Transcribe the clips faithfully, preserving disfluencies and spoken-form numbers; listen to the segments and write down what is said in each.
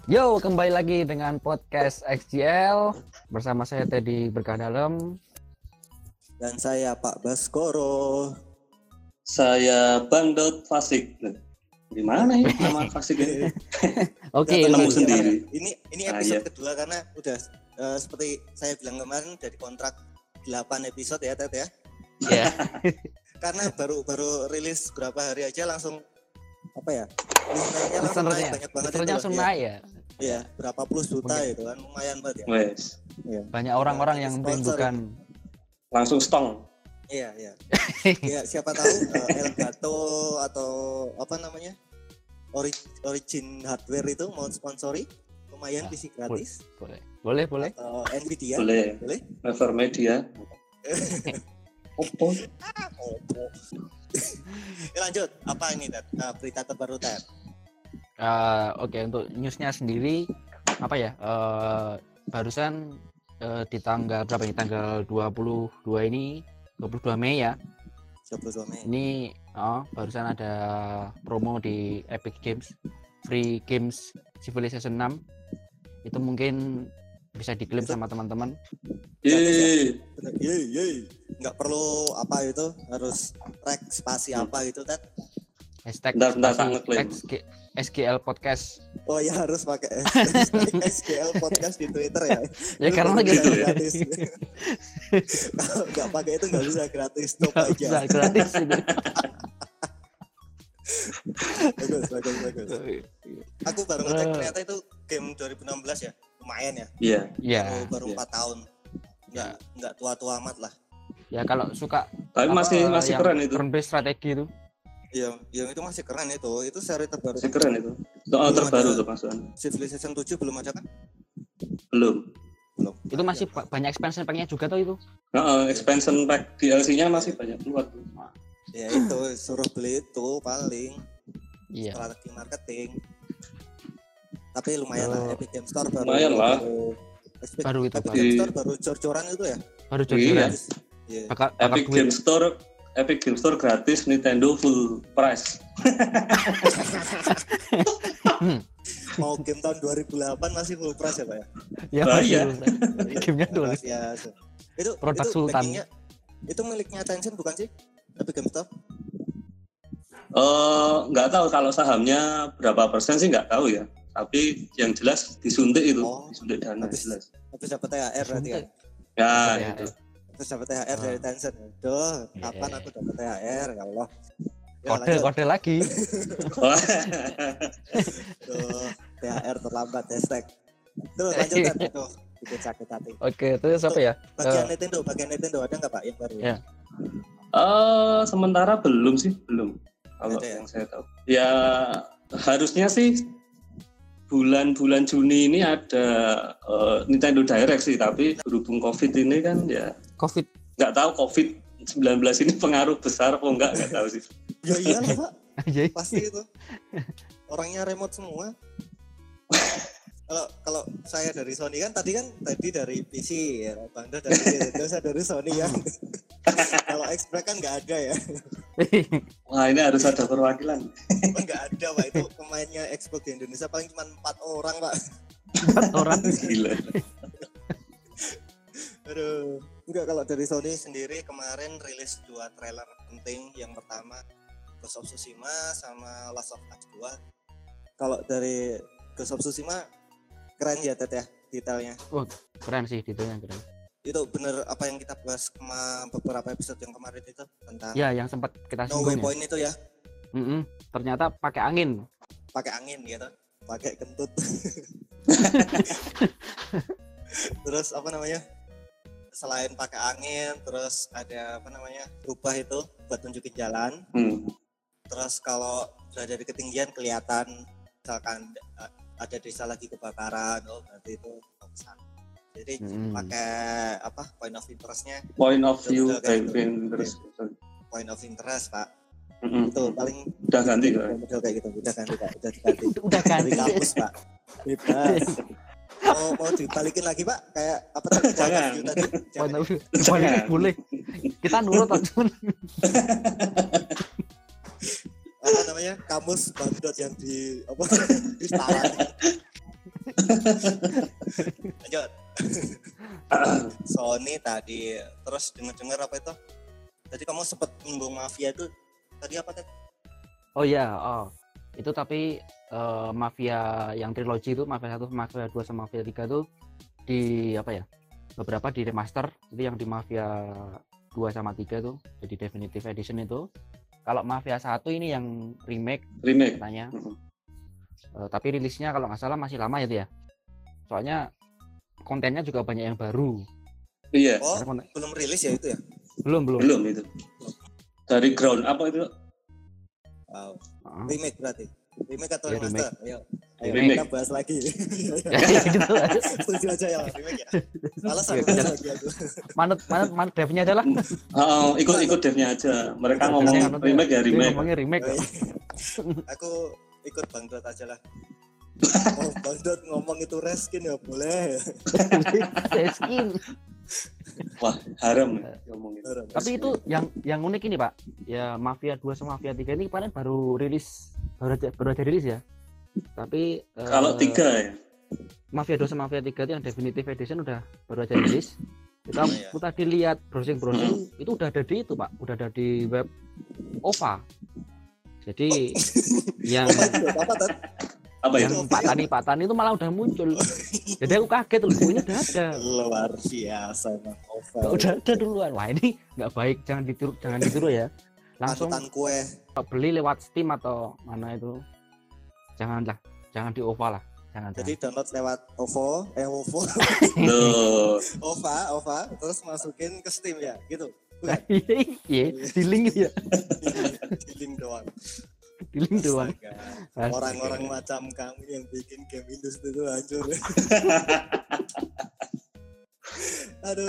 Yo, kembali lagi dengan podcast X G L bersama saya Teddy Berkah Dalem dan saya Pak Baskoro. Saya Bandot Fasik. Di mana ya nama Fasik ini? Oke, nemu ini, sendiri. Ini ini Ah, episode iya. kedua karena udah uh, seperti saya bilang kemarin dari kontrak delapan episode ya Ted ya. ya. Karena baru baru rilis berapa hari aja langsung apa ya? Listenernya langsung naik Listenernya, banyak banget listenernya itu. langsung Iya. naik ya. Iya, berapa puluh juta Mungkin. itu kan lumayan banget ya. Wes, Iya. Banyak orang-orang yang Sponsor. merindukan. langsung stong. Iya, iya. Ya, siapa tahu uh, Elgato atau apa namanya? Ori- Origin Hardware itu mau sponsori lumayan Ya, P C gratis Boleh, boleh, boleh. atau Nvidia Boleh. boleh. Never Media. Oppo. Oppo. Ya, lanjut, apa ini Ted? Nah, berita terbaru Ted. Eh, Oke, untuk newsnya sendiri apa ya? eh, barusan eh, di tanggal berapa ini? Tanggal dua puluh dua ini, dua puluh dua Mei ya. dua puluh dua Mei. Ini oh, barusan ada promo di Epic Games, free games Civilization enam. Itu mungkin bisa diklaim sama teman-teman. Yeay. Bener, Yeay, yeay. Nggak perlu apa itu harus rek spasi apa gitu Ted. Hashtag Bentar, bentar, spasi tak ngeklaim. S G S G L Podcast. Oh ya harus pakai S G L podcast di Twitter ya. Ya Itu karena baru gitu. bisa gratis. Kalau nggak pakai itu nggak bisa gratis, stop Nggak aja. bisa gratis itu. Bagus, bagus, bagus. Aku baru ngecek ternyata itu game dua ribu enam belas ya, lumayan ya. Iya. Ya, Baru, baru iya. empat tahun. Nggak nggak tua-tua amat lah. ya kalau suka Tapi apa, masih masih yang keren itu. turn based strategi itu. Iya, yang itu masih keren itu. Itu seri terbaru. Masih keren itu. Soal Belum terbaru ada. tuh maksudnya. Civilization tujuh belum ada kan? Belum. Belum. Itu masih ba- banyak expansion pack-nya juga tuh itu. Nah, expansion pack D L C-nya masih banyak keluar. Ya itu suruh beli itu paling Iya. strategi marketing. Tapi lumayan Oh. lah Epic Games Store baru. Lumayan lah. Baru, Epic, Baru itu, Epic baru. Games Store baru jor-joran itu ya. Baru Iya. jor-joran. Iya. Bakal bakal Epic duit. Game Store, Epic Game Store gratis, Nintendo full price. Mau game tahun dua ribu delapan masih full price ya Pak ya? Ya, Ah, masih iya. full price. Gamenya Luar tulis. biasa. Itu Produk itu Sultan. backingnya- itu miliknya Tencent bukan sih? Epic Games Store? Eh, nggak tahu kalau sahamnya berapa persen sih nggak tahu ya. Tapi yang jelas disuntik itu, Oh, disuntik dana habis- jelas. Habis dapat T H R berarti ya? Ya, Ya, itu. Terus dapat T H R Oh. dari Tencent. Aduh, Iya. kapan aku dapat T H R ya Allah. Ya, Kode lanjut. kode lagi. Wah, Tuh, T H R terlambat hashtag. Terus lanjut Ted. Tuh, bikin sakit hati. Oke, terus apa ya? Bagian Eh, Nintendo, bagian Nintendo ada nggak Pak yang baru? Ya. eh, sementara belum sih, belum. Kalau Ada ya? yang saya tahu. Ya harusnya sih bulan-bulan Juni ini ada eh, Nintendo Direct sih, tapi berhubung COVID ini kan ya Covid. nggak tahu COVID sembilan belas ini pengaruh besar apa enggak, nggak tahu sih. Ya iyalah Pak, Aja. pasti itu. Orangnya remote semua. Kalau kalau saya dari Sony kan tadi kan tadi dari P C ya, Bang Do dari Nintendo, saya dari Sony ya. Kalau Xbox kan nggak ada ya. Wah, ini harus ada perwakilan. Nggak ada Pak, itu pemainnya Xbox di Indonesia paling cuma empat orang Pak. Empat orang. Gila. Aduh. Enggak, kalau dari Sony sendiri kemarin rilis dua trailer penting. Yang pertama Ghost of Tsushima sama Last of Us dua. Kalau dari Ghost of Tsushima keren ya Ted ya detailnya. Wah, keren sih detailnya keren. Itu bener apa yang kita bahas kema beberapa episode yang kemarin itu tentang Ya, yang sempat kita No Way singgung ya. Point itu ya, Mm-mm. Ternyata pakai angin. pakai angin gitu, pakai kentut. Terus apa namanya? Selain pakai angin, terus ada apa namanya? Rubah itu buat tunjukin jalan. Hmm. Terus kalau berada di ketinggian kelihatan misalkan uh, ada desa lagi kebakaran, oh berarti itu bagusan. Jadi Hmm. pakai apa point of interestnya, Point of view, Udah kayak kayak gitu. terus. point of interest Pak. Mm-mm. Itu paling Udah ganti kan? model kayak gitu, udah ganti Pak, udah diganti. Udah kan. Dari kampus Pak, bebas. Mau mau dibalikin lagi Pak, kayak apa tadi? Point of Jangan. view tadi. Point Jangan. of view. Jangan. Boleh, boleh. Kita nurut aja. Apa namanya kamus Bangdot yang di apa di Stalan. Lanjut. Sony tadi, terus dengar-dengar apa itu? Tadi kamu sempat menyinggung Mafia itu tadi apa tadi? Oh ya, oh itu tapi uh, Mafia yang trilogi itu Mafia satu, Mafia dua sama Mafia tiga tuh di apa ya? Beberapa di remaster. Itu yang di Mafia dua sama tiga tuh jadi definitive edition itu. Kalau Mafia satu ini yang remake Remake. katanya. Mm-hmm. Uh, tapi rilisnya kalau nggak salah masih lama ya itu ya. Soalnya kontennya juga banyak yang baru. Iya. Oh, konten... belum rilis ya itu ya? Belum, belum. Belum itu. Dari ground apa itu? Wow. Uh-huh. Remake berarti. Remake atau Ya, remaster? Ayo. Ayo Remake. kita bahas lagi. Ya, gitu. Setuju aja ya, remake ya. Alasan Ya, bahas lagi aku. Manut, manut, manut devnya aja lah. Oh, ikut-ikut devnya aja. Mereka Devnya ngomong manut remake ya Dia remake. ngomongnya remake. Oh, iya. Aku ikut Bang Dot aja lah. Oh, Bang Dot ngomong itu reskin ya boleh. Reskin. Wah, haram ya ngomong itu. Tapi itu yang yang unik ini Pak, ya Mafia dua sama Mafia tiga ini kemarin baru rilis, baru aja, baru aja rilis ya. Tapi kalau uh, tiga ya, Mafia dua sama Mafia tiga itu yang definitive edition udah baru aja rilis. Kita Oh, iya. kita dilihat browsing browsing Hmm. itu udah ada di itu Pak, udah ada di web O V A. Jadi yang Apa Tat? apa ya? yang Pak Tani Pak Tani itu malah udah muncul. Jadi aku kaget loh, ini udah ada. Luar biasa emang Oval. Udah ada duluan. Wah ini nggak baik, jangan ditiru, jangan ditiru ya. Langsung Panutan kue. beli lewat Steam atau mana itu. Janganlah, jangan di O V A lah. Jangan. Jadi download lewat O V O, eh O V O, Loh, O V A, O V A, terus masukin ke Steam ya, gitu. Bukan? Iya, di link ya, Di link doang. di link doang. Astaga. Orang-orang macam kamu yang bikin game industri itu hancur. Aduh,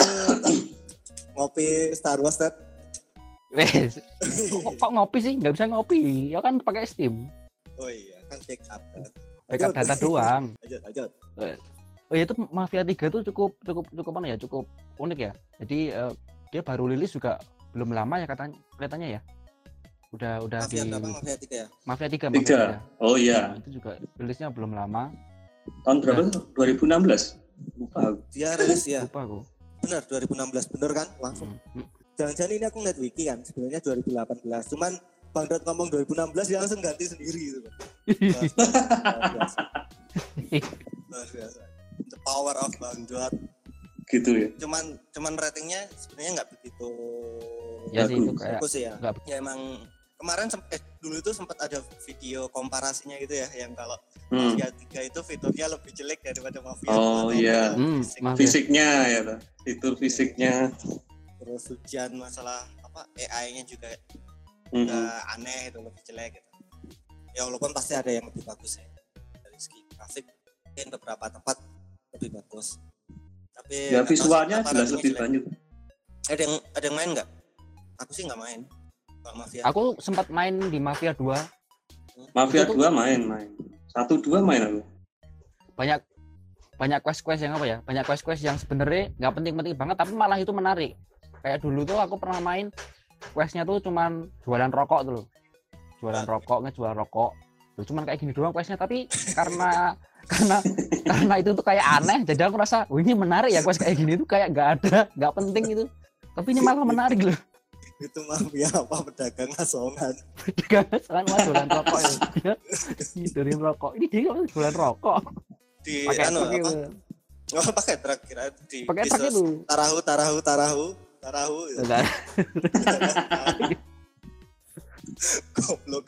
ngopi Star Wars Ted. Wes, kok, kok ngopi sih? Nggak bisa ngopi, ya kan pakai Steam. Oh iya, kan check up. Kan. Backup data doang. Lanjut, lanjut. Oh ya itu Mafia tiga itu cukup cukup cukup mana ya? Cukup unik ya. Jadi uh, dia baru rilis juga belum lama ya katanya kelihatannya ya. Udah udah Mafia di berapa? Mafia tiga ya? Mafia tiga, tiga. Mafia tiga. Oh iya. Nah, itu juga rilisnya belum lama. Tahun berapa? dua ribu enam belas. Lupa. Dia rilis ya. Lupa aku. Benar, dua ribu enam belas bener kan? Langsung. Hmm. Jangan-jangan ini aku ngeliat wiki kan, sebenarnya dua ribu delapan belas. Cuman Bang Dot ngomong dua ribu enam belas dia langsung ganti sendiri gitu. Luar biasa. Luar biasa. The power of Bang Dot. Gitu ya. Cuman cuman ratingnya sebenarnya nggak begitu Ya sih itu Bagus. kayak bagus ya. nggak Ya emang kemarin semp- eh, dulu itu sempat ada video komparasinya gitu ya, yang kalau Hmm. Mafia tiga itu fiturnya lebih jelek daripada Mafia Oh, dua. iya. Hmm, Fisik. Mafia. Fisiknya ya, toh. Fitur fisiknya. Terus ujian masalah apa A I-nya juga Hmm. udah aneh itu, lebih jelek gitu. Ya walaupun pasti ada yang lebih bagus ya dari segi grafik, mungkin beberapa tempat lebih bagus. Tapi Ya nggak tahu visualnya sih kenapa jelas ratingnya lebih jelek. banyak. Ada yang ada yang main nggak? Aku sih nggak main. Kalau Mafia. Aku sempat main di Mafia dua. Mafia Itu tuh- dua main main. Satu dua main aku. Banyak banyak quest-quest yang apa ya? Banyak quest-quest yang sebenarnya nggak penting-penting banget tapi malah itu menarik. Kayak dulu tuh aku pernah main questnya tuh cuman jualan rokok tuh loh. Jualan rokok, ngejual rokok. Tuh, cuman kayak gini doang questnya tapi karena karena karena itu tuh kayak aneh jadi aku rasa oh ini menarik ya quest kayak gini tuh kayak nggak ada nggak penting itu tapi ini malah menarik loh. Itu Mafia apa, pedagang asongan. Jangan mas jualan rokok ya. Dia ngidurin rokok. Ini dia kan jualan rokok. Di Pakai anu truk apa? gitu. Oh, pakai truk kira di Pakai truk Pisos. itu. Tarahu tarahu tarahu tarahu. gitu. Enggak. Goblok.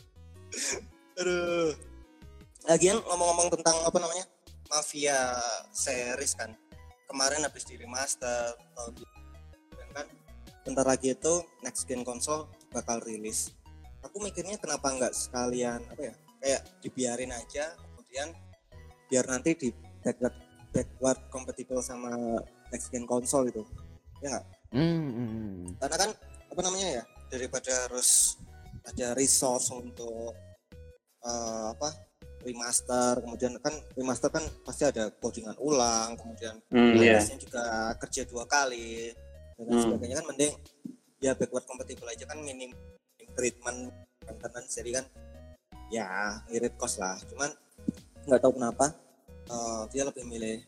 Aduh. Lagian ngomong-ngomong tentang apa namanya? Mafia series kan. Kemarin habis di remaster tahun dua ribu kan. Bentar lagi itu next gen console bakal rilis. Aku mikirnya kenapa nggak sekalian apa ya? Kayak dibiarin aja, kemudian biar nanti di backward backward compatible sama next gen console gitu. Ya nggak? Hmm, hmm. Karena kan apa namanya ya, daripada harus ada resource untuk uh, apa remaster, kemudian kan remaster kan pasti ada codingan ulang, kemudian Hmm, iya. biasanya juga kerja dua kali dan lain Hmm. sebagainya kan, mending ya backward compatible aja kan, minim treatment maintenance, jadi kan ya irit cost lah. Cuman nggak tahu kenapa uh, dia lebih milih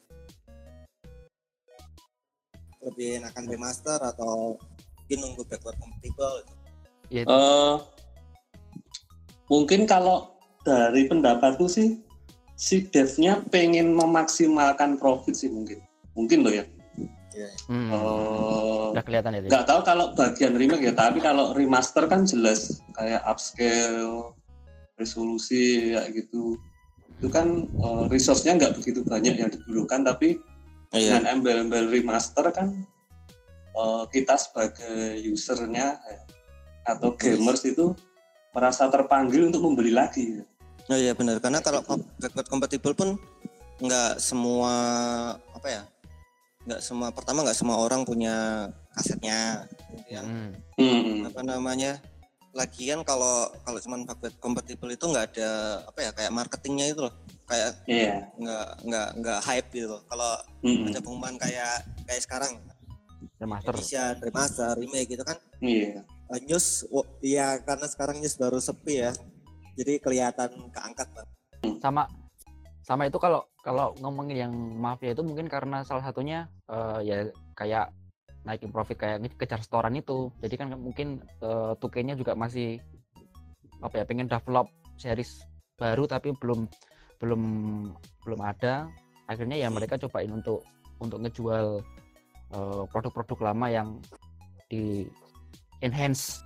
lebih enakan remaster atau mungkin nunggu backward compatible gitu. Ya, itu. Eh, mungkin kalau dari pendapatku sih si devnya pengen memaksimalkan profit sih mungkin mungkin loh ya. Yeah. Hmm. Eh, Udah kelihatan ya. Dit? nggak tahu kalau bagian remake ya, tapi kalau remaster kan jelas kayak upscale, resolusi kayak gitu. Itu kan uh, resource-nya nggak begitu banyak yang dibutuhkan, tapi Iya. dengan embel-embel remaster kan uh, kita sebagai usernya ya, atau gamers itu merasa terpanggil untuk membeli lagi. Oh iya benar, karena kalau backward compatible pun nggak semua apa ya, nggak semua pertama nggak semua orang punya kasetnya, kemudian Hmm. Hmm. apa namanya, lagian kalau kalau cuman backward compatible itu nggak ada apa ya kayak marketingnya itu loh, kayak Iya. nggak nggak nggak hype gitu loh. Kalau Hmm. ada pengumuman kayak kayak sekarang Remaster. edition, remaster, remake gitu kan, Iya. uh, news, oh, iya karena sekarang news baru sepi ya, jadi kelihatan keangkat banget. Sama sama itu kalau kalau ngomongin yang Mafia itu mungkin karena salah satunya eh, ya kayak naikin profit kayak kejar setoran itu. Jadi kan mungkin uh, two K-nya juga masih apa ya pengen develop series baru tapi belum belum belum ada. Akhirnya ya mereka cobain untuk untuk ngejual uh, produk-produk lama yang di enhance.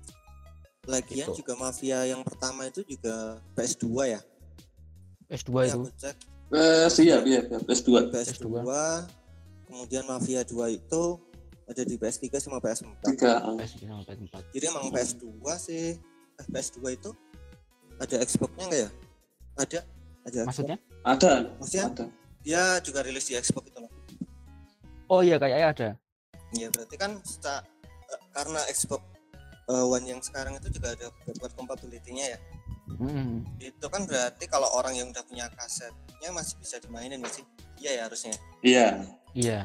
Lagian Gitu. juga Mafia yang pertama itu juga P S dua ya. P S dua Ini itu. aku cek Eh, siap ya, P S dua. P S dua, kemudian Mafia dua itu ada di P S tiga sama P S empat. Tiga. P S tiga sama P S empat. Jadi emang P S dua sih, eh, P S dua itu ada Xbox-nya nggak ya? Ada, ada. Maksudnya? Ada. Maksudnya Ada. dia juga rilis di Xbox itu loh. Oh iya kayaknya ada. Iya berarti kan seca- eh, karena Xbox eh, One yang sekarang itu juga ada backward compatibility-nya ya. Hmm. Itu kan berarti kalau orang yang udah punya kasetnya masih bisa dimainin nggak sih? Iya ya harusnya. Iya. Iya.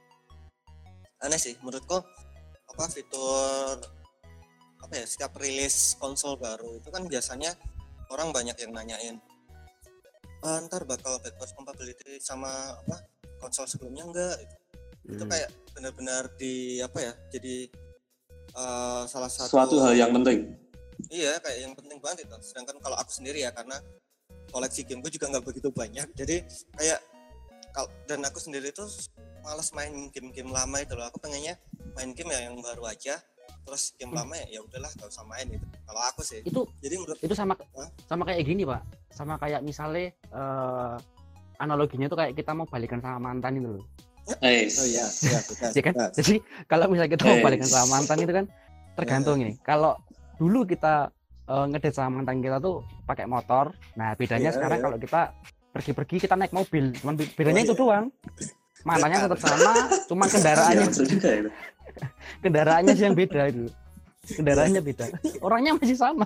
Aneh sih menurutku, apa fitur apa ya setiap rilis konsol baru itu kan biasanya orang banyak yang nanyain, ah, ntar bakal backward compatibility sama apa konsol sebelumnya enggak gitu. Itu Hmm. kayak benar-benar di apa ya jadi eh, salah satu Suatu hal yang penting. iya kayak yang penting banget itu. Sedangkan kalau aku sendiri ya karena koleksi game gue juga nggak begitu banyak, jadi kayak kal- dan aku sendiri tuh malas main game-game lama itu loh. Aku pengennya main game ya yang baru aja, terus game Hmm. lama ya ya udahlah gak usah main gitu. Kalau aku sih. Itu Jadi menurut itu sama Hah? sama kayak gini Pak, sama kayak misalnya eh, analoginya tuh kayak kita mau balikan sama mantan itu loh. Eh. oh iya, iya betul. Ya kan? betul. Jadi kalau misalnya kita mau Eh. balikan sama mantan itu kan tergantung ini. Kalau dulu kita eh, ngedate sama mantan kita tuh pakai motor, nah bedanya Iya, sekarang iya. kalau kita pergi-pergi kita naik mobil, cuman be- bedanya Oh, itu iya. doang. Mantannya tetap sama, cuma kendaraannya Iya, betul juga itu. kendaraannya sih yang beda itu. Kendaraannya beda. Orangnya masih sama.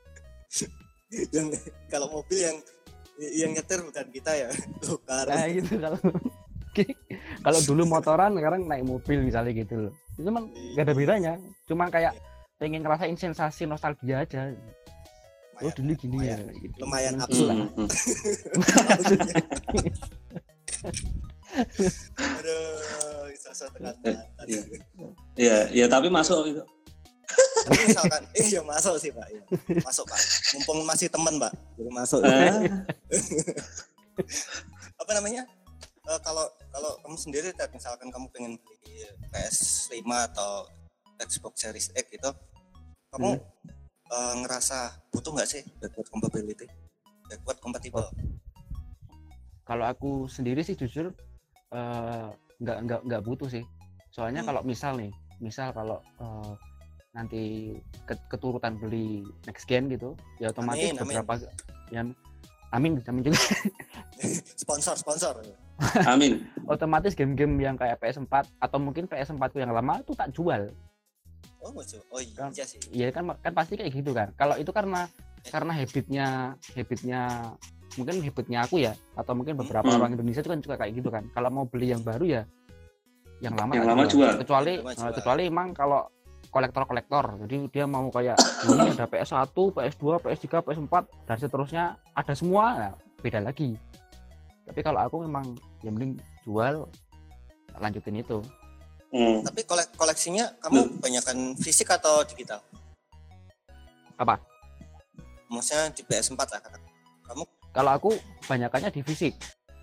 yang kalau mobil yang yang nyetir bukan kita ya, tukar. Nah gitu kalau kalau dulu motoran sekarang naik mobil misalnya gitu loh. Itu memang gak ada bedanya. Cuma kayak pengen ngerasain sensasi nostalgia aja. Oh Lumayan, dulu gini ya. lumayan. Gitu. Lumayan Hmm. absurd. Hmm, hmm. Aduh, sosok tekan mantan. Iya. Iya, iya tapi masuk itu. Tapi misalkan, eh ya masuk sih Pak, ya. Masuk Pak. Mumpung masih teman Pak, jadi masuk. Eh, Apa namanya? Eh, kalau kalau kamu sendiri, Ted, misalkan kamu pengen beli P S lima atau Xbox Series X gitu, kamu eh, ngerasa butuh nggak sih backward compatibility? Backward compatible. Kalau aku sendiri sih jujur eh, nggak nggak nggak butuh sih. Soalnya Hmm. kalau misal nih, misal kalau eh, nanti ke- keturutan beli next gen gitu, ya otomatis Amin, amin. beberapa yang amin amin juga Sponsor, sponsor. amin. otomatis game-game yang kayak P S empat atau mungkin P S empat ku yang lama itu tak jual. Oh, lucu. Oh iya Kan- sih. Iya kan kan pasti kayak gitu kan. Kalau itu karena karena habitnya habitnya mungkin habitnya aku ya atau mungkin beberapa Hmm. orang Indonesia itu kan juga kayak gitu kan. Kalau mau beli yang baru ya yang lama Yang tak lama jual. Kecuali Yang lama eh, jual. kecuali emang kalau kolektor-kolektor. Jadi dia mau kayak ini ada P S satu, P S dua, P S tiga, P S empat dan seterusnya ada semua. Nah, beda lagi. Tapi kalau aku memang yang mending jual, lanjutin itu. Hmm. Tapi kolek koleksinya kamu kebanyakan fisik atau digital? Apa? Maksudnya di P S empat lah katakan. Kamu Kalau aku banyakannya di fisik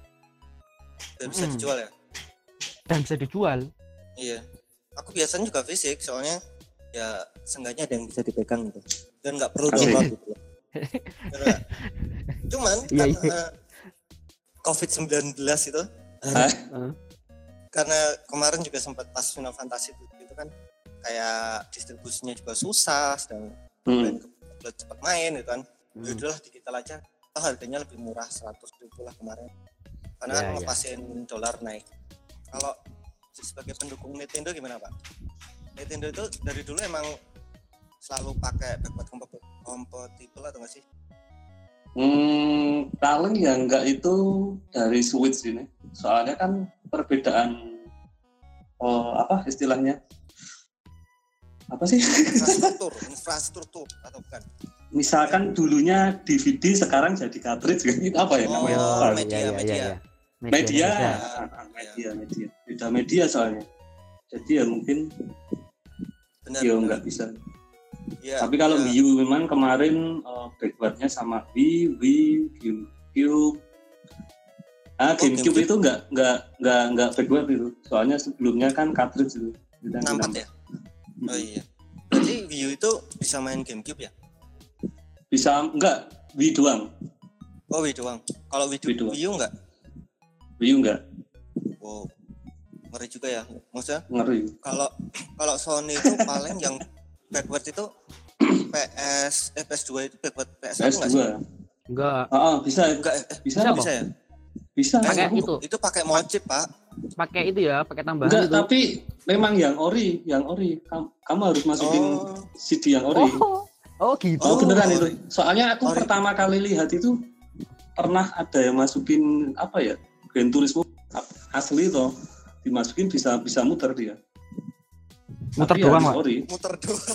udah bisa Hmm. dijual ya? dan bisa dijual. Iya. Aku biasanya juga fisik, soalnya ya seenggaknya ada yang bisa dipegang gitu. Dan nggak perlu Oke. download gitu loh. Karena- Cuman Iya, karena covid sembilan belas itu, Hah? Heeh. karena kemarin juga sempat pas Final Fantasy itu, itu kan kayak distribusinya juga susah, sedang Hmm. belum cepat main gitu kan. Hmm. Ya udahlah digital aja. Oh, harganya lebih murah seratus ribu lah kemarin. Karena Ya, kan ya. ngepasin dolar naik. Kalau sebagai pendukung Nintendo gimana Pak? Nintendo itu dari dulu emang selalu pakai backward compa- compatible atau nggak sih? Hmm, paling ya enggak itu dari Switch ini. Soalnya kan perbedaan oh, apa istilahnya? Apa sih? Infrastruktur, infrastruktur atau bukan? Misalkan dulunya D V D sekarang jadi cartridge itu apa ya Oh, namanya? Oh, Apa? media, iya, iya, media. iya, iya. Media, media. Ah, media, media. Beda media soalnya. Jadi ya mungkin Benar. ya benar. nggak bisa. Ya, Tapi kalau ya. Wii U memang kemarin uh, backwardnya sama Wii, Wii, GameCube. Ah, Oh, GameCube GameCube. itu nggak nggak nggak nggak backward itu. Soalnya sebelumnya kan cartridge itu. Kita nampak ya? Oh iya. Berarti Wii U itu bisa main GameCube ya? Bisa enggak Wii doang. Oh Wii doang. Kalau Wii, Wii doang. Wii U enggak? Wii U enggak. Wow. Ngeri juga ya. Maksudnya Ngeri. kalau kalau Sony itu paling yang backward itu P S eh P S dua itu backward P S satu P S enggak sih? dua. Enggak, Ah, ah, bisa Enggak eh, bisa Bisa, bisa ya? bisa. Eh, Pakai itu, itu. itu pakai mojib, Pak. pakai itu ya, pakai tambahan Enggak, itu. tapi memang yang ori, yang ori. Kamu, kamu harus masukin Oh. C D yang ori. Oh, oh gitu. Oh, Oh, beneran ori. itu. Soalnya aku Ori. pertama kali lihat itu pernah ada yang masukin apa ya? Gran Turismo asli toh. Dimasukin bisa bisa muter dia. Muter Tapi doang, harus Pak. ori. Muter doang.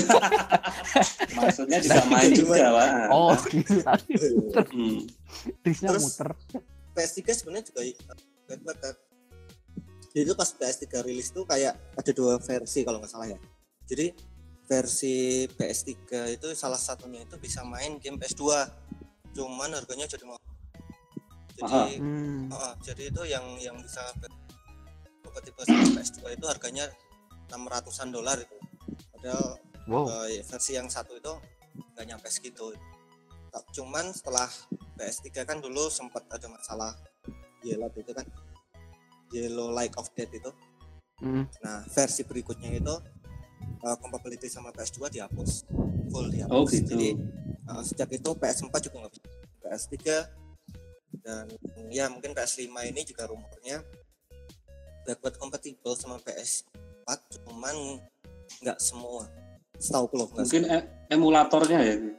Maksudnya bisa main juga, Pak. Oh, gitu. Tadi muter, Hmm. disnya Terus- muter. P S tiga sebenarnya juga backward kan. Jadi itu pas P S tiga rilis tuh kayak ada dua versi kalau nggak salah ya. Jadi versi P S tiga itu salah satunya itu bisa main game P S dua. Cuman harganya jadi mahal. Mahal. Jadi Hmm. oh, jadi itu yang yang bisa kompatibel sama P S dua itu harganya enam ratusan dolar itu. Padahal Wow. eh, versi yang satu itu nggak nyampe segitu. Tak- Cuman setelah P S tiga kan dulu sempat ada masalah yellow itu kan, yellow like of death itu. Hmm. Nah versi berikutnya itu uh, compatibility sama P S dua dihapus, full dihapus. Oh, gitu. Jadi uh, sejak itu P S empat juga nggak bisa, P S tiga dan ya mungkin P S lima ini juga rumornya backward compatible sama P S empat, cuman nggak semua. Setahu aku loh nggak Mungkin e- emulatornya ya. semua.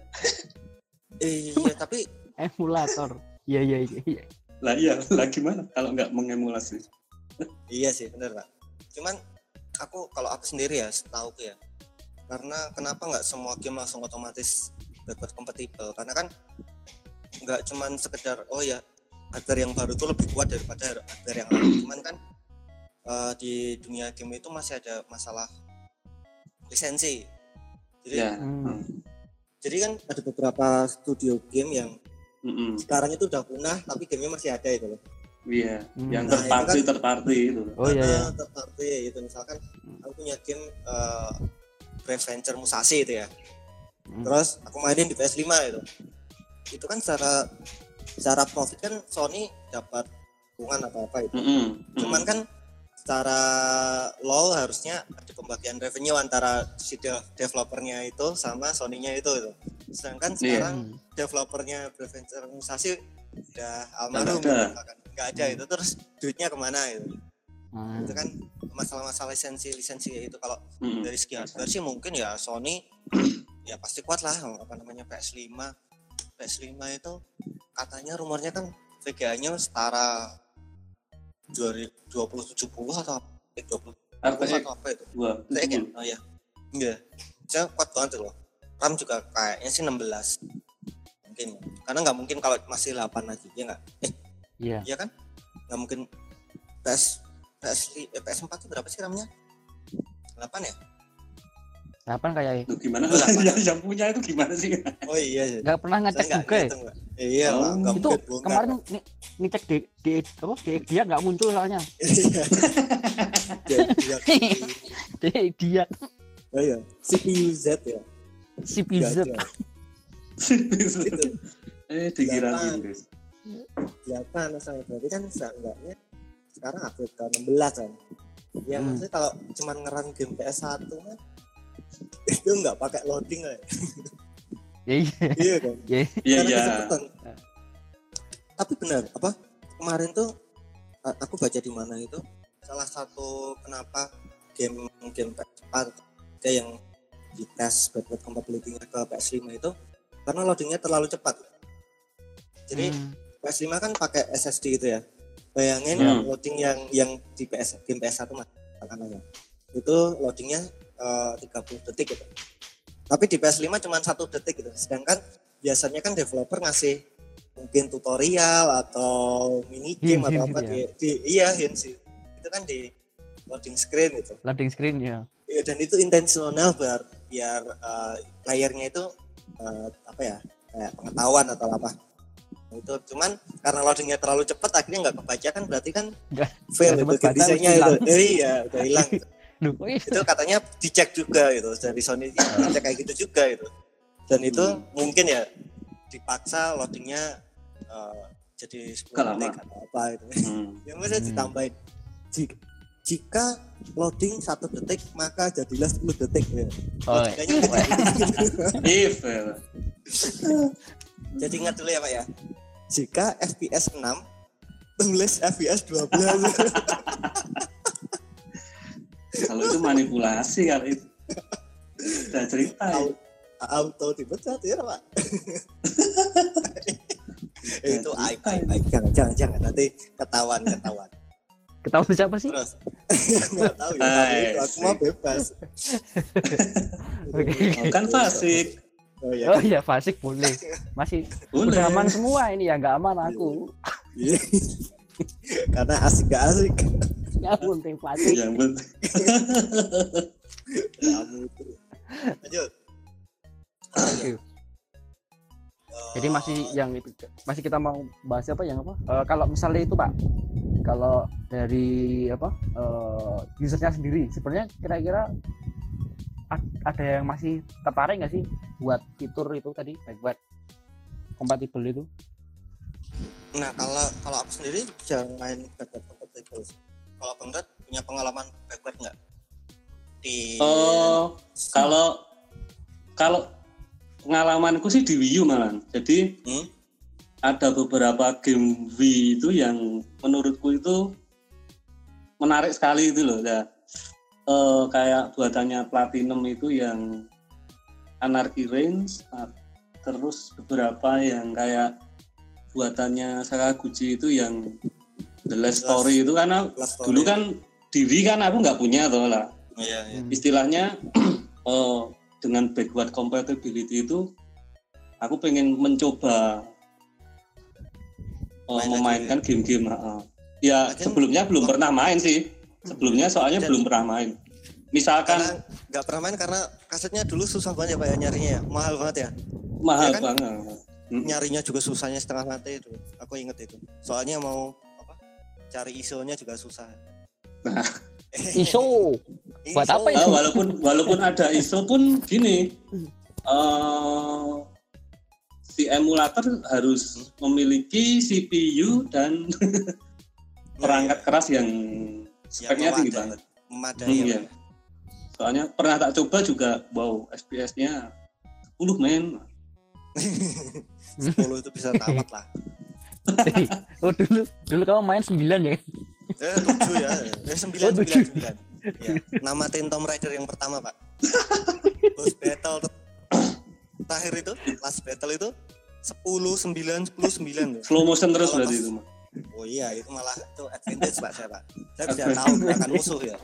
Eh, iya tapi Emulator. Iya, iya, iya, iya. Lah iya, lah gimana kalau nggak mengemulasi? iya sih bener Pak. Cuman aku kalau aku sendiri ya setahu aku ya, karena kenapa nggak semua game langsung otomatis backward compatible, karena kan nggak cuman sekedar oh ya hardware yang baru itu lebih kuat daripada hardware yang lama, cuman kan eh, di dunia game itu masih ada masalah lisensi. Jadi Ya. Hmm. jadi kan ada beberapa studio game yang Mm-mm. sekarang itu udah punah tapi gamenya masih ada itu loh. Iya, Hmm. yang Nah, terparty itu terparty itu. Oh iya, iya. Terparty ya gitu, misalkan aku punya game uh, Brave Venture Musashi itu ya. Hmm. Terus aku mainin di P S lima itu. Itu kan secara secara profit kan Sony dapat hubungan atau apa itu. Mm-mm. Cuman kan secara law harusnya ada pembagian revenue antara si de- developernya itu sama Sony-nya itu, itu. Sedangkan Iya. sekarang Hmm. developernya Brave Venture Musashi udah almarhum, Nggak ada. misalkan. Nggak ada itu, terus duitnya kemana itu? Hmm. Itu kan masalah-masalah lisensi lisensi itu. Kalau Mm-mm. dari segi hardware sih mungkin ya Sony ya pasti kuat lah, apa namanya P S lima P S lima itu katanya rumornya kan V G A-nya setara dua puluh tujuh puluh atau apa? Eh, dua puluh R T X atau apa itu? dua Saya kan? Oh ya. Iya. Saya kuat banget itu loh. RAM juga kayaknya sih enam belas. Mungkin. Karena nggak mungkin kalau masih delapan lagi, ya nggak? Eh, Iya. Iya kan? Nggak mungkin P S P S eh, P S empat itu berapa sih RAM-nya? delapan ya? Delapan kayak Tuh, gimana Oh, delapan. yang, yang punya itu gimana sih? Oh iya. iya. nggak pernah Saya ngecek nggak juga ya. ngitung, Pak. Iya, Oh, Pak. Nggak Itu mungkin bongkar. kemarin ng- ngecek di di apa di dia nggak muncul soalnya. Iya. Jadi, iya. Di dia Oh iya, C P U Z ya. C P Z. Nggak ada. Itu eh dikira Delapan. Inggris. delapan misalnya berarti kan seenggaknya sekarang update ke enam belas kan. Ya Hmm. maksudnya kalau cuma ngeran game P S satu kan itu nggak pakai loading lah. Ya. Ya iya. Iya kan? Ya. Iya Karena iya. kecepatan. Tapi benar apa kemarin tuh a- aku baca di mana itu salah satu kenapa game game P S empat ada yang dites backward compatibility-nya ke P S lima itu karena loadingnya terlalu cepat. Jadi Hmm. P S lima kan pakai S S D itu ya. Bayangin Hmm. loading yang yang di P S game P S satu mas namanya. Itu loadingnya uh, tiga puluh detik gitu. Tapi di P S lima cuma satu detik gitu. Sedangkan biasanya kan developer ngasih mungkin tutorial atau mini game Hint, atau hint apa gitu di, ya. di iya hint sih. Itu kan di loading screen gitu. Loading screen ya. Ya, dan itu intensional biar biar uh, layarnya itu uh, apa ya kayak pengetahuan atau apa itu cuman karena loadingnya terlalu cepat akhirnya nggak kebaca kan berarti kan Nggak- fail nggak itu sempet baca, desainnya terus itu hilang. eh, iya udah hilang gitu. Duh, oh iya. Itu katanya dicek juga gitu dari Sony dicek kayak gitu juga itu dan itu Hmm. mungkin ya dipaksa loadingnya uh, jadi sepuluh Kelama. detik atau apa itu Hmm. yang bisa Hmm. ditambahin jika, jika loading satu detik maka jadilah sepuluh detik ya. Oh, Logikanya begitu. If ya. Jadi ingat dulu ya Pak ya. Jika F P S enam tulis F P S dua belas. Kalau itu manipulasi kali itu. Udah cerita ya. Au- auto dipecat ya Pak. Eh, itu aib aib aib jangan jangan jangan nanti ketahuan ketahuan. ketahuan siapa sih? Terus nggak tahu ya tapi itu aku mah bebas. Oke. Oh, kan fasik. Oh iya. Oh iya, fasik boleh. Masih Boleh. udah aman semua ini ya, nggak aman aku. Iya. Karena asik gak asik. Ya penting fasik. Yang penting. Kamu itu. Lanjut. Oke. Jadi masih yang itu masih kita mau bahas apa yang apa? Eh, kalau misalnya itu Pak, kalau dari apa eh, usernya sendiri, sebenarnya kira-kira ad- ada yang masih tertarik nggak sih buat fitur itu tadi backward compatible itu? Nah kalau kalau aku sendiri jangan main backward compatible. Kalau Bang Red punya pengalaman backward nggak? Di Oh, kalau kalau pengalamanku sih di Wii U malah. Jadi Hmm? ada beberapa game Wii itu yang menurutku itu menarik sekali itu loh. Ya, eh, kayak buatannya Platinum itu yang Anarchy Reigns, nah, terus beberapa yang kayak buatannya Sakaguchi itu yang The Last Story itu karena Last Story. dulu kan di Wii kan aku nggak punya tuh lah. Iya, iya. Hmm. Istilahnya eh, dengan backward compatibility itu aku pengen mencoba eh, Main memainkan game-game. heeh. Ya Lagian- sebelumnya belum pernah main sih. Sebelumnya soalnya Dan- belum pernah main. Misalkan Karena nggak pernah main karena kasetnya dulu susah banget ya Pak ya nyarinya ya. Mahal banget ya. mahal ya kan? banget. Mm. Nyarinya juga susahnya setengah mati itu. Aku inget itu. Soalnya mau apa? Cari I S O-nya juga susah. Nah. I S Iso. Buat apa Ah, itu? walaupun walaupun ada I S O pun gini. eh, si emulator harus memiliki C P U dan perangkat keras yang speknya tinggi banget. Memadai Hmm, ya. iya. Soalnya pernah tak coba juga, wow, F P S-nya sepuluh men. sepuluh itu bisa tamat lah. Oh dulu dulu kamu main sembilan ya? Eh tujuh ya. Eh sembilan Oh, sembilan tujuh. sembilan. Ya. Namatin Tomb Raider yang pertama Pak. Boss battle tuh. Terakhir itu last battle itu sepuluh sembilan sepuluh sembilan tuh. Slow motion terus Kalau berarti pas- itu mah. Oh iya itu malah itu advantage Pak saya Pak. Saya bisa tahu gerakan musuh ya.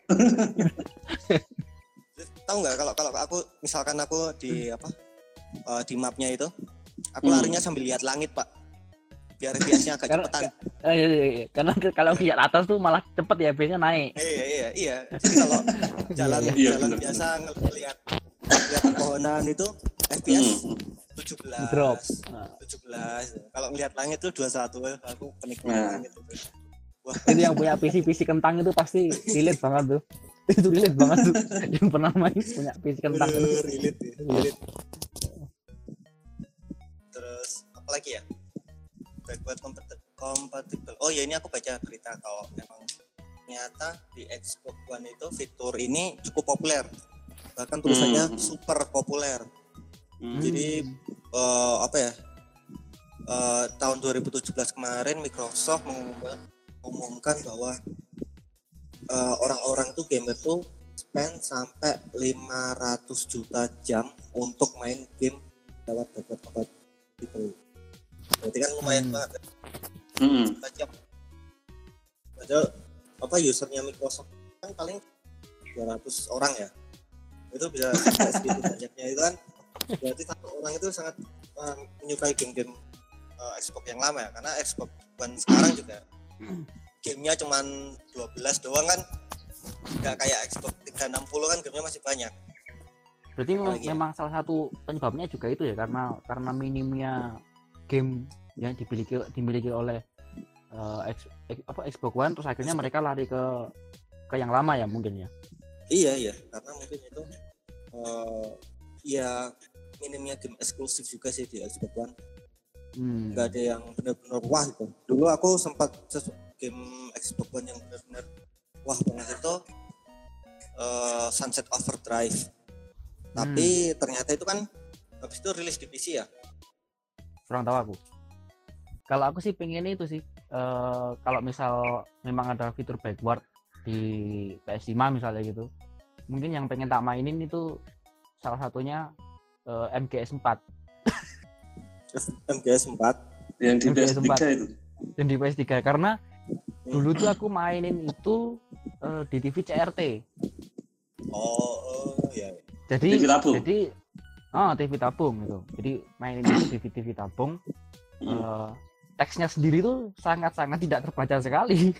Tahu nggak kalau kalau aku misalkan aku di apa eh, di mapnya itu, aku Hmm. larinya sambil lihat langit Pak. biar F P S-nya agak Karena- cepetan. Eh, iya, iya, iya. Karena ke- kalau lihat atas tuh malah cepet ya, biasanya naik. Iya iya iya. Jadi kalau jalan Iya, iya, jalan bener. biasa ngelihat lihat pepohonan itu F P S Hmm. tujuh belas. Drop. Nah, tujuh belas. Kalau ngelihat langit tuh dua puluh satu. Aku penikmat Nah. langit itu. Wah, itu yang punya P C P C kentang itu pasti relate banget tuh. Itu relate banget tuh. Yang pernah main punya P C kentang itu. bener, relate, ya, relate. Terus apa lagi ya? Backward compatible. compatible. Oh ya, ini aku baca berita kalau memang ternyata di Xbox One itu fitur ini cukup populer. Bahkan tulisannya Hmm. super populer. Hmm. Jadi eh, apa ya? Eh, tahun dua ribu tujuh belas kemarin Microsoft mengumumkan, mengumumkan bahwa eh, orang-orang tuh gamer tuh spend sampai lima ratus juta jam untuk main game lewat backward compatible. Berarti kan lumayan Hmm. banget. Hmm. Jam. Padahal apa usernya Microsoft kan paling dua ratus orang ya. Itu bisa sampai segitu banyaknya itu kan. Berarti satu orang itu sangat uh, menyukai game-game uh, Xbox yang lama ya, karena Xbox One sekarang juga gamenya cuman dua belas doang kan, nggak kayak Xbox tiga enam puluh kan gamenya masih banyak. Berarti memang, Apalagi ya? memang salah satu penyebabnya juga itu ya, karena karena minimnya game yang dimiliki dimiliki oleh uh, X, X- apa Xbox One, terus akhirnya mereka lari ke ke yang lama ya mungkin ya. Iya iya, karena mungkin itu uh, ya minimnya game eksklusif juga sih di Xbox One. Hmm. Nggak ada yang benar-benar wah itu. Dulu aku sempat sesu- game Xbox One yang benar-benar wah banget itu uh, Sunset Overdrive. Tapi ternyata itu kan habis itu rilis di P C ya. Kurang tahu aku. Kalau aku sih pengen itu sih, eh, kalau misal memang ada fitur backward di P S lima misalnya gitu, mungkin yang pengen tak mainin itu salah satunya eh, M G S empat M G S empat. Yang di M G S P S tiga itu. dan di P S tiga, karena dulu tuh aku mainin itu eh, di T V C R T. Oh, oh ya. Jadi T V tabung. jadi oh T V tabung gitu. Jadi mainin di T V T V tabung. Hmm. eh, teksnya sendiri tuh sangat-sangat tidak terbaca sekali.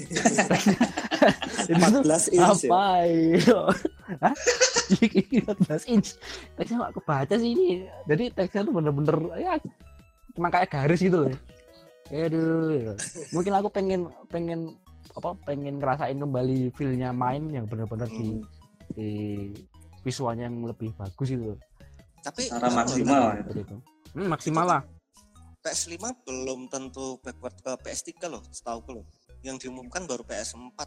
Jadi empat tuh belas inch ya. apa itu? Hah? empat belas inch. Teksnya nggak kebaca sih ini. Jadi teksnya tuh bener-bener ya cuma kayak garis gitu loh. Aduh. Ya. Mungkin aku pengen pengen apa pengen ngerasain kembali feel-nya main yang bener-bener di Hmm. di visualnya yang lebih bagus itu. Tapi Secara aku maksimal nggak ya. Seperti itu. Hmm, maksimal lah. tahu, P S lima belum tentu backward ke P S tiga loh, setahu loh. Yang diumumkan baru P S empat.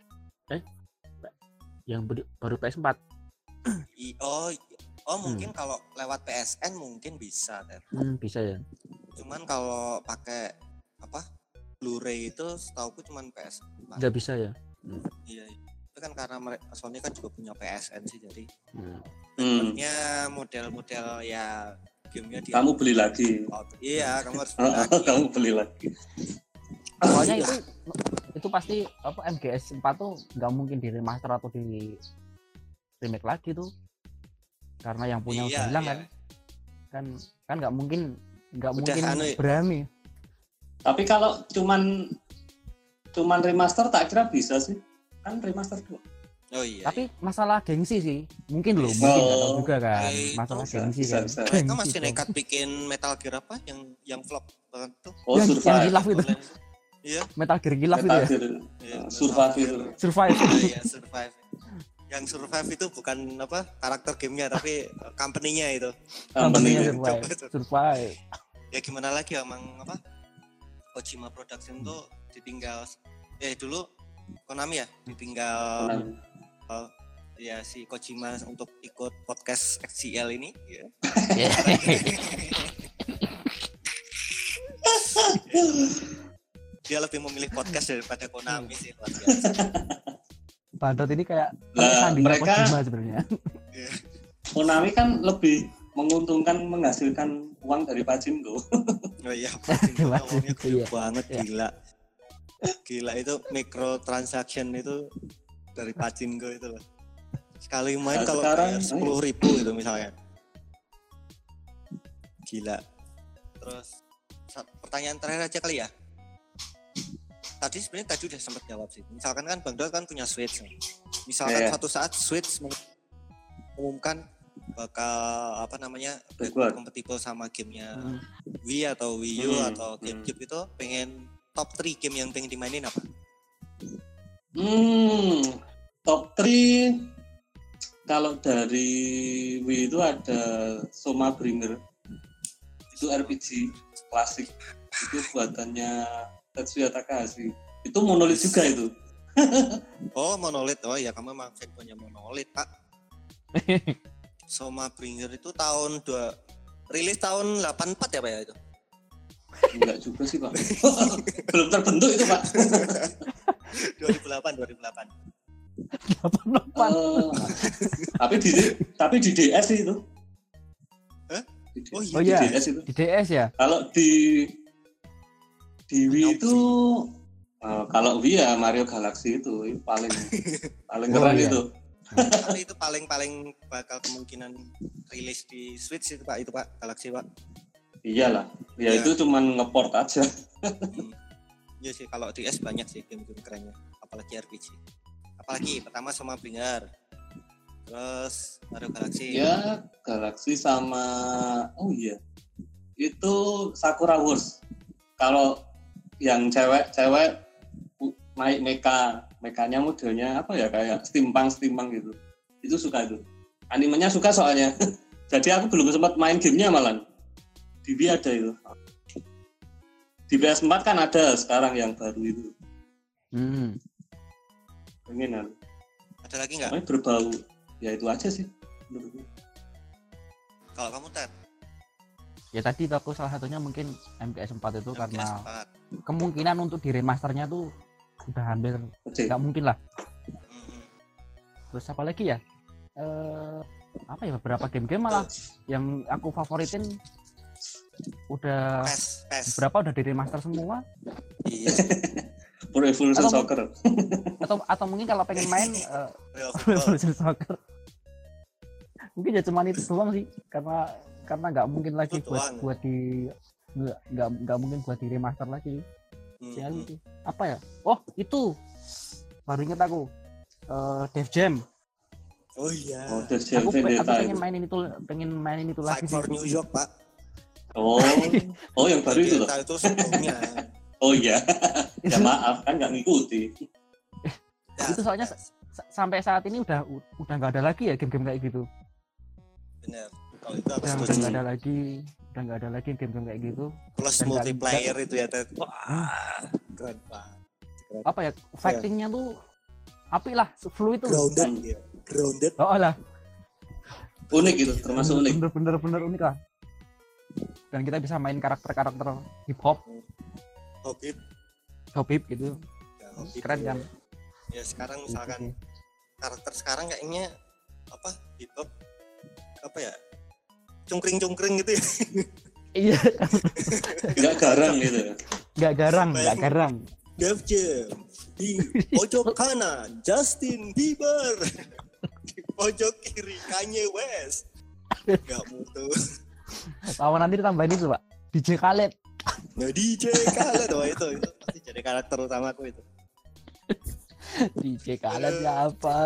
Yang ber- baru P S empat. I, oh, i- oh mungkin kalau lewat P S N mungkin bisa, Ter. Hmm, bisa ya. Cuman kalau pakai apa Blu-ray itu setahuku cuman P S empat. Nggak bisa ya. Iya, iya. Itu kan karena mereka Sony kan juga punya P S N sih, jadi Hmm. Hmm. ya model-model ya gamenya dia. Kamu beli lagi. Iya, kamu harus beli Oh, lagi. kamu beli lagi. Soalnya itu itu pasti apa M G S empat tuh nggak mungkin di remaster atau di remake lagi tuh. Karena yang punya Iya, udah hilang iya. kan. Kan kan nggak mungkin nggak Udah mungkin anu ya. berani. Tapi kalau cuman cuman remaster tak kira bisa sih. Kan remaster doang. Oh iya. Tapi masalah gengsi sih. Mungkin loh, Oh, mungkin nggak tahu juga kan. eh, itu Masalah bisa, gengsi bisa, kan. bisa. Mereka Gengsi masih dong. nekat bikin Metal Gear apa yang yang flop banget tuh. Oh, Yang- yang survive. gila. Hilaf itu. Iya. Metal Gear Gilaf itu Metal ya. Gear, Iya, uh, Metal survive Gear. itu. Survive. Oh, iya, survive. Yang survive itu bukan apa karakter gamenya tapi uh, company-nya itu. Company-nya Company. survive. Coba- Survive. Ya gimana lagi emang apa Kojima Production tuh ditinggal eh dulu Konami ya ditinggal uh, ya si Kojima untuk ikut podcast X C L ini ya. Dia lebih memilih podcast daripada Konami sih luar biasa. Badot ini kayak Lah, sandinya mereka- Kojima sebenarnya. Konami kan lebih menguntungkan menghasilkan uang dari pachinko. Oh iya, Pachinko ngomongnya gede Iya. banget Iya. gila. Gila itu microtransaction itu dari Pachinko itu loh. Sekali main Nah, kalau sekarang, bayar sepuluh ribu gitu misalnya. Gila. Terus pertanyaan terakhir aja kali ya. Tadi sebenarnya tadi udah sempat jawab sih. Misalkan kan Bang Dol kan punya Switch. Misalkan Yeah. suatu saat Switch mengumumkan bakal apa namanya Backward. kompatibel sama gamenya Hmm. Wii atau Wii U Hmm, atau hmm. GameCube itu, pengen top tiga game yang pengen dimainin apa? Hmm, top tiga kalau dari Wii itu ada Soma Bringer. Itu R P G klasik. Itu buatannya Tetsuya Takahashi. Itu monolit juga itu. Oh, Monolith. Oh ya, kamu emang fanboynya Monolith, Pak. Soma Bringer itu tahun dua rilis tahun delapan puluh empat ya, Pak ya itu? Enggak juga sih, Pak. Belum terbentuk itu, Pak. dua ribu delapan, dua ribu delapan. delapan delapan. Eh, tapi di tapi di D S sih itu. Hah? Di D- Oh iya. Oh di iya, D S itu. di D S ya. Kalau di di Wii itu eh, kalau Wii ya Mario Galaxy itu, itu paling paling Oh, keren iya. itu. Tapi itu paling-paling bakal kemungkinan rilis di Switch itu, Pak. Itu, Pak, Galaxy, Pak. Iyalah. Ya Iya. itu cuman ngeport aja. Hmm. Iya sih, kalau D S banyak sih game-game kerennya, apalagi R P G. Apalagi pertama Soma Bringer, terus Mario Galaxy. Ya Galaxy sama oh iya itu Sakura Wars. Kalau yang cewek-cewek u- naik mecha, mekanya modelnya apa ya kayak steampunk steampunk gitu. Itu suka itu. Animenya suka soalnya. Jadi aku belum sempat main gamenya malah. Di Wii ada itu. Di P S empat kan ada sekarang yang baru itu. Hmm. Pengen Ada lagi nggak? Soalnya berbau. Ya itu aja sih. menurutku. Kalau kamu Ted, Ya tadi aku salah satunya mungkin M G S empat itu M G S karena empat. kemungkinan untuk di remasternya tuh udah hampir Oke. nggak mungkin lah. Hmm. Terus apa lagi ya? Eh apa ya, beberapa game-game malah yang aku favoritin udah PES, PES. beberapa udah di remaster semua. Iya. Pro Evolution Atau- Soccer. atau atau mungkin kalau pengen main eh, Real Pro football. Evolution Soccer mungkin ya cuma itu doang sih, karena karena nggak mungkin lagi Itu buat doang. buat di nggak nggak nggak mungkin buat di remaster lagi. Hmm, Ya, hmm. gitu. Apa ya, oh itu baru inget aku, eh Def Jam. Oh iya. Oh, The Jam aku, pe- aku Vendetta pengen itu. mainin itu pengen mainin itu lagi Fight sih. for New York, Pak. Oh, oh yang baru itu loh. Vendetta itu sebelumnya. Oh iya. Ya maaf kan nggak ngikuti. Ya, Itu soalnya ya, S- sampai saat ini udah udah nggak ada lagi ya game-game kayak gitu. bener. Kalau itu aku Udah udah setuju. nggak ada lagi, udah nggak ada lagi game-game kayak gitu. Plus Dan multiplayer itu ya, Ted. Wah, keren banget. Keren. Apa ya, fightingnya tuh apik lah, fluid tuh. Grounded, ya. Grounded. Oh lah, Unik gitu, termasuk unik. bener-bener bener unik lah. Dan kita bisa main karakter-karakter hip hop, Hobbit. hip hip gitu, Ya, Hobbit. keren kan? Ya sekarang Gitu misalkan sih. karakter sekarang kayaknya apa hip hop apa ya cungkring-cungkring gitu ya. Iya, Nggak garang gitu. nggak garang, nggak garang. Def Jam di pojok kanan Justin Bieber, di pojok kiri Kanye West. Gak mutu. Tahu nanti ditambahin itu pak, D J Khaled. Nah D J Khaled, wah itu itu pasti jadi karakter utamaku itu. D J Khaled ya apa?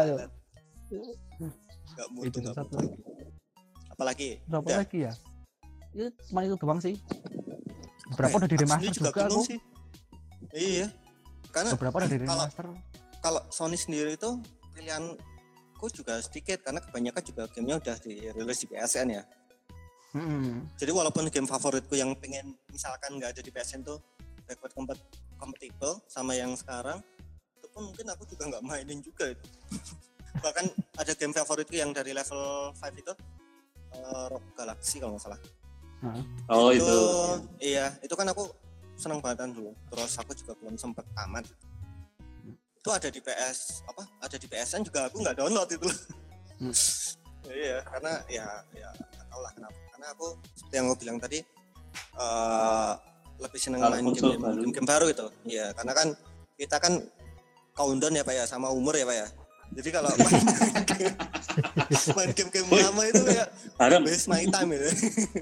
Gak mutu, Itu gak satu mutu. lagi. Apalagi? Berapa Udah. lagi ya? Itu cuma itu doang sih. Beberapa udah di Aku remaster sendiri juga, bingung aku. sih. Iya. Karena Beberapa udah di kalau remaster. kalau Sony sendiri itu pilihanku juga sedikit karena kebanyakan juga gamenya udah dirilis di P S N ya. Hmm. Jadi walaupun game favoritku yang pengen misalkan nggak ada di P S N tuh backward compat- compatible sama yang sekarang, itu pun mungkin aku juga nggak mainin juga itu. Bahkan ada game favoritku yang dari level lima itu uh, Rock Galaxy kalau nggak salah. Nah, Oh itu. Iya, itu kan aku seneng banget kan dulu. Terus aku juga belum sempet tamat. Itu ada di P S apa? Ada di P S N juga aku nggak download itu. Hmm. Iya, karena ya ya nggak tahu lah kenapa. Karena aku seperti yang aku bilang tadi eh lebih seneng Kalau main konsol game, baru. game, game baru itu. Iya, karena kan kita kan countdown ya Pak ya sama umur ya Pak ya. Jadi kalau main, main game-game lama itu kayak Harem. waste my time gitu.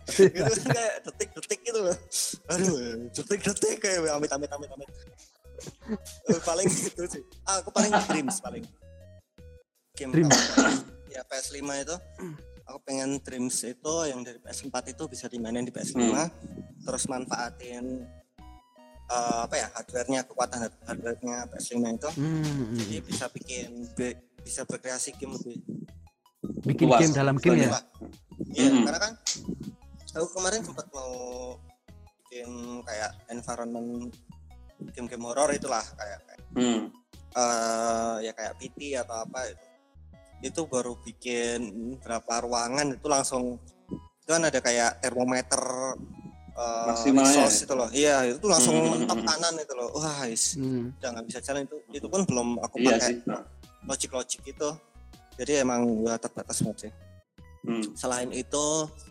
Itu kan kayak detik-detik gitu loh. Aduh, detik-detik kayak amit amit amit amit. Uh, paling gitu sih. Ah, aku paling Dreams paling. Game Dreams. Ya P S lima itu aku pengen Dreams itu yang dari P S empat itu bisa dimainin di P S lima, hmm. terus manfaatin uh, apa ya hardware-nya, kekuatan hardware-nya P S lima itu, hmm. jadi bisa bikin be, bisa berkreasi game lebih bikin luas. Game dalam game ya. Iya, hmm. karena kan aku kemarin sempat mau bikin kayak environment game-game horor itulah kayak, kayak hmm. uh, ya kayak P T atau apa itu. Itu baru bikin berapa ruangan itu langsung itu kan ada kayak termometer uh, resource itu loh. Iya, itu langsung hmm. mentok kanan itu loh. Wah, is, hmm. udah nggak bisa jalan itu. Itu pun belum aku iya pakai logic-logic itu. Jadi emang udah terbatas banget sih. Hmm. Selain itu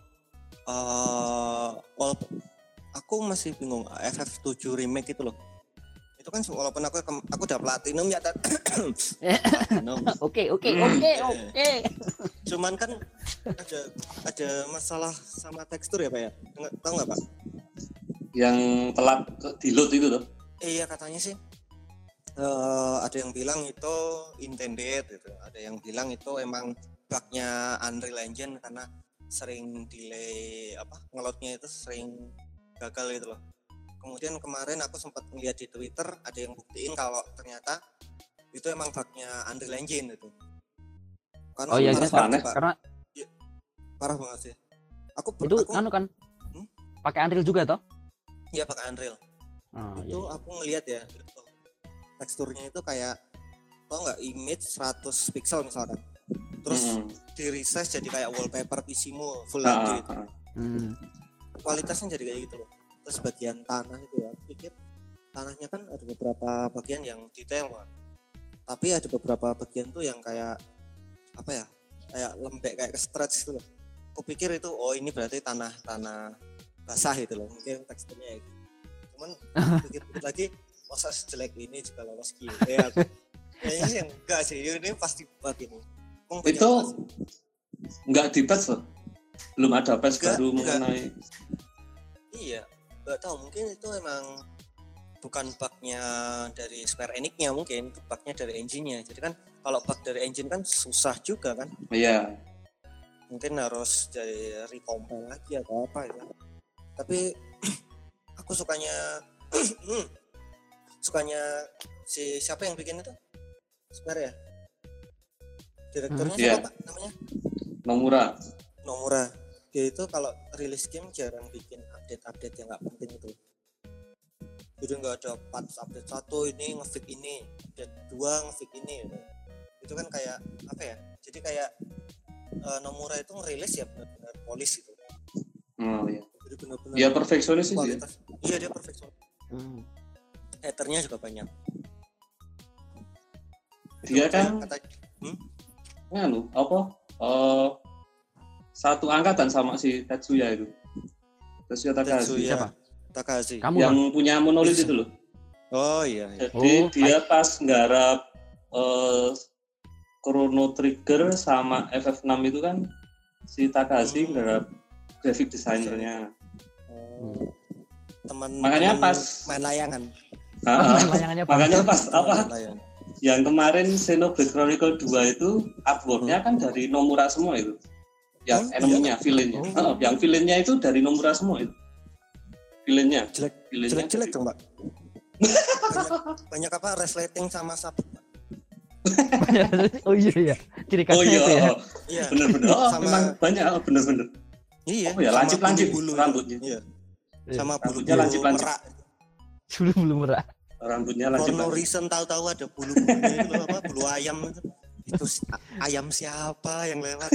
uh, walaupun aku masih bingung F F tujuh remake itu loh. Itu kan walaupun aku aku udah platinum ya platinum. Oke oke oke oke. Cuman kan ada ada masalah sama tekstur ya Pak ya. Nggak, tahu nggak Pak? Yang telat di load itu tuh. Iya katanya sih. Uh, ada yang bilang itu intended gitu. Ada yang bilang itu emang bugnya Unreal Engine karena sering delay apa ngeloadnya itu sering gagal gitu loh. Kemudian kemarin aku sempat melihat di Twitter ada yang buktiin kalau ternyata itu emang bugnya Unreal Engine itu. Karena oh iya, aneh karena ya, parah banget sih. Aku itu aku, anu kan hmm? pakai Unreal juga toh? Iya pakai Unreal. Oh, itu iya. Aku ngelihat ya gitu. Teksturnya itu kayak tau nggak image seratus pixel misalkan. Terus hmm. di resize jadi kayak wallpaper P C-mu full H D itu. Hmm. Kualitasnya jadi kayak gitu loh. Terus bagian tanah itu ya, aku pikir tanahnya kan ada beberapa bagian yang detail kan. Tapi ada beberapa bagian tuh yang kayak apa ya, kayak lembek, kayak ke stretch gitu loh. Aku pikir itu, oh ini berarti tanah-tanah basah gitu loh, mungkin teksturnya gitu. Cuman pikir-pikir lagi, masa sejelek ini juga lolos Q A ya. Kayaknya sih enggak sih, ini pasti bug ini. Itu enggak di patch loh, belum ada patch enggak, baru enggak. mengenai. Iya. Gak tahu mungkin itu emang bukan bugnya dari Square Enix-nya, mungkin itu bugnya dari engine-nya. Jadi kan kalau bug dari engine kan susah juga kan. Iya. Mungkin harus dari recompile lagi atau apa ya. Tapi aku sukanya sukanya si siapa yang bikin itu? Square ya? Direkturnya hmm, siapa yeah. Pak namanya? Nomura. Nomura. Dia itu kalau rilis game jarang bikin update-update yang nggak penting itu. Jadi nggak ada patch update satu ini ngefix ini, update dua ngefix ini. Gitu. Itu kan kayak apa ya? Jadi kayak uh, Nomura itu ngerilis ya benar-benar polis gitu. Oh iya. Jadi benar-benar. Dia perfeksionis sih. Iya dia perfeksionis. Hmm. Haternya juga banyak. Dia kan. Kata, hmm? Nganu apa? Uh, satu angkatan sama si Tetsuya itu. Tetsuya Takahashi. Siapa? Takahashi. Kamu yang kan? Punya Monolith itu loh. Oh iya. iya. Jadi oh, dia pas nggarap uh, Chrono Trigger sama F F enam itu kan si Takahashi hmm. nggarap graphic designernya. Oh. Teman makanya teman pas main layangan. Ah, makanya pas apa? Yang kemarin Xenoblade Chronicle dua itu artwork-nya hmm. kan dari Nomura semua itu. Yang oh, enemy-nya, iya. villain-nya. Oh. Oh, yang villain-nya itu dari Nomura semua itu. Villain-nya. Jelek, villain-nya jelek dong, Mbak. banyak, banyak apa resleting sama sabuk. oh iya iya. Ciri khasnya oh, iya, itu ya. Oh, iya. Bener-bener. Oh, sama, memang banyak oh, bener-bener. Iya. Oh ya, lancip-lancip rambutnya. Iya. Sama bulunya lancip-lancip. Bulu-bulu merah. Rambutnya lancip. For no reason tahu-tahu ada bulu-bulunya itu apa? Bulu ayam itu. Itu ayam siapa yang lewat?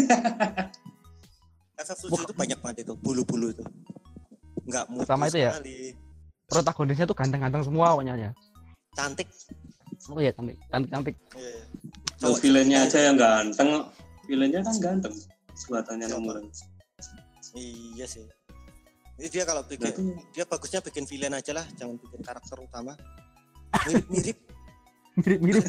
F F tujuh itu banyak banget itu bulu-bulu itu. Enggak mudah sama itu ya. Sekali. Protagonisnya tuh ganteng-ganteng semua pokoknya ya. Cantik. Oh iya cantik, cantik-cantik. Iya. Kalau villainnya aja yang ganteng, villainnya kan ganteng. Buatannya Nomura. Iya sih. Ini dia kalau bikin Berarti... dia bagusnya bikin villain aja lah, jangan bikin karakter utama. Mirip-mirip. Mirip-mirip.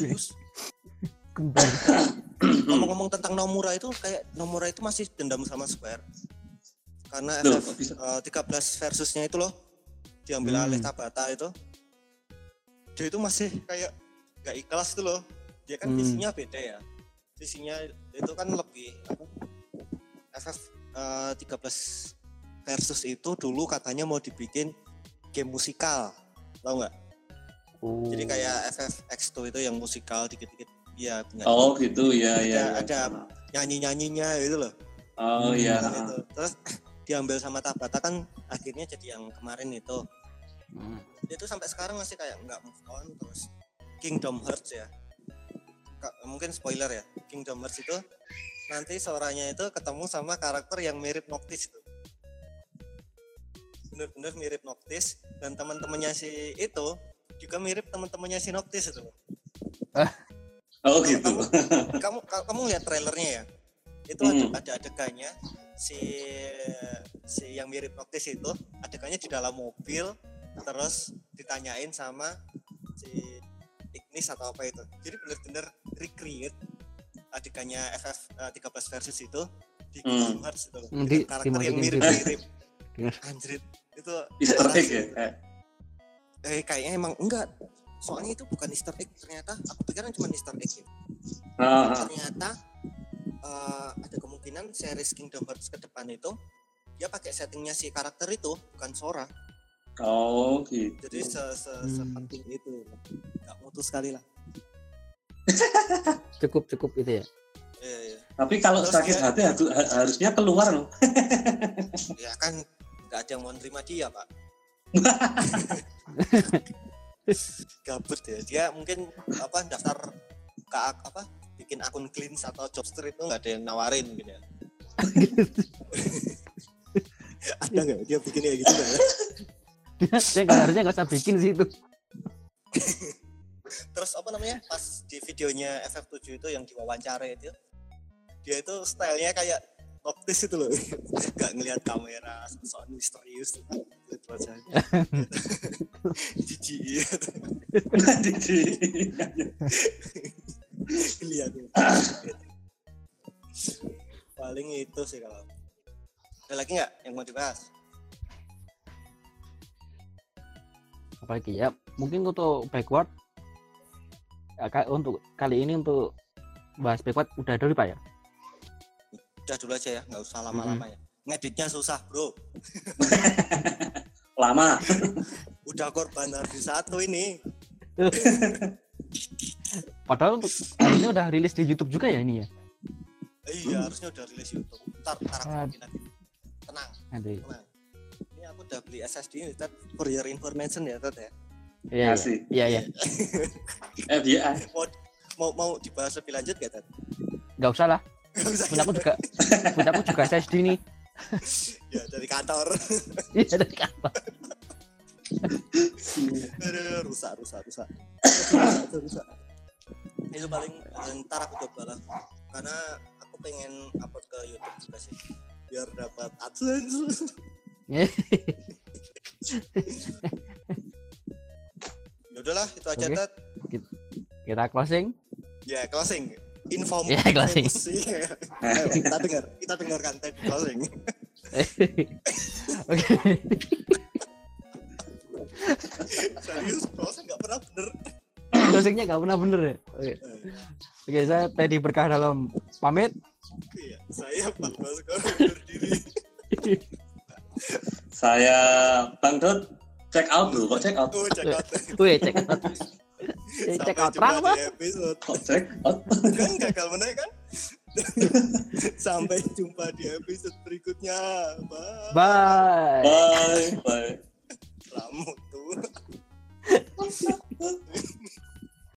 Ngomong-ngomong tentang Nomura itu kayak Nomura itu masih dendam sama Square Karena Loh, F F kok bisa? eh, tiga belas versusnya itu loh diambil Hmm. alih Tabata itu. Dia itu masih kayak nggak ikhlas tuh loh. Dia kan Hmm. visinya beda ya. Visinya itu kan lebih apa? F F eh, tiga belas versus itu dulu katanya mau dibikin game musikal, tau nggak? Oh. Jadi kayak F F X dua itu yang musikal dikit-dikit, ya nyanyi. Oh gitu ya ada, ya. ya. ada nyanyi-nyanyinya gitu loh. Oh iya. Nah, itu. Terus diambil sama Tabata kan akhirnya jadi yang kemarin itu. Hmm. Itu sampai sekarang masih kayak nggak move on. Terus Kingdom Hearts ya. Ka- mungkin spoiler ya. Kingdom Hearts itu nanti suaranya itu ketemu sama karakter yang mirip Noctis itu. Bener-bener mirip Noctis dan teman-temannya si itu juga mirip teman-temannya si Noctis itu. Oh Kalau gitu. Kamu, kamu kamu lihat trailernya ya. Itu Hmm. ada, ada adegannya si si yang mirip Noctis itu adegannya di dalam mobil terus ditanyain sama si Ignis atau apa itu. Jadi benar-benar recreate adegannya F F uh, tiga belas versus itu di Hmm. Kingdom Hearts itu. Hmm, Dengan di- karakter yang dimasukin mirip-mirip. Iya. Anjrit. Itu Easter parah egg sih. ya. Eh, Eh kayaknya emang enggak. Soalnya itu bukan Easter egg ternyata. Aku pikirnya cuma Easter egg ya. ah, ah. Ternyata uh, ada kemungkinan series Kingdom Hearts ke depan itu dia pakai settingnya si karakter itu bukan Sora. Oh gitu. Jadi se se Hmm. sepenting itu. Enggak mutus sekali lah. Cukup cukup itu ya. Iya iya. Tapi kalau Terus sakit dia- hati harus- harusnya keluar loh. Ya kan enggak ada yang mau nerima dia, Pak. Gabut ya. Dia mungkin apa daftar ke ak- apa bikin akun Cleans atau Jobster itu enggak ada yang nawarin mungkin ya. Ada enggak dia bikin kayak gitu enggak ya? Dia nggak harusnya nggak usah bikin sih itu. Terus apa namanya pas di videonya F F tujuh itu yang diwawancara itu dia itu stylenya kayak Noctis itu loh nggak ngelihat kamera soal misterius itu aja jijik lihat paling itu sih kalau ada lagi nggak yang mau dibahas. Apalagi ya mungkin untuk backward ya, ka- untuk kali ini untuk bahas backward udah dulu Pak ya. Udah dulu aja ya nggak usah lama-lama ya ngeditnya susah bro. Lama. Udah korban harus satu ini. Padahal untuk harusnya udah rilis di YouTube juga ya ini ya. Iya harusnya udah rilis YouTube. Ntar ntar aku Ah. bikin lagi. Tenang Nanti. tenang. Ini aku udah beli S S D ini Tat, for your information ya Tat ya. Iya Kasih. iya iya. F Y I. Mau mau mau dibahas lebih lanjut gak Tat? Nggak usah lah. Nggak usah. Punya aku juga punya aku juga S S D nih. Ya dari kantor. Iya dari kantor. Aduh, rusak rusak rusak. Rusak rusak. Itu paling ntar aku coba lah. Karena aku pengen upload ke YouTube juga sih. Biar dapat AdSense. Ya udahlah itu aja Oke. Tat. Kita closing. Ya closing. Inform. Ya, closing. Iya. Ayo, kita dengar, kita dengarkan tadi closing. Oke. Serius, closing nggak pernah bener. Closingnya nggak pernah bener ya. Oke. Oke saya Teddy Berkah dalam pamit. Iya, saya Pak Baskoro undur diri. Saya Bang Dot check out dulu. Kok check out? Oh, check out. Wih cek out. Eh, Sampai Cek out jumpa terang apa? di episode. Kok check out? Kan gagal menang kan? Sampai jumpa di episode berikutnya. Bye. Bye. Bye. Bye.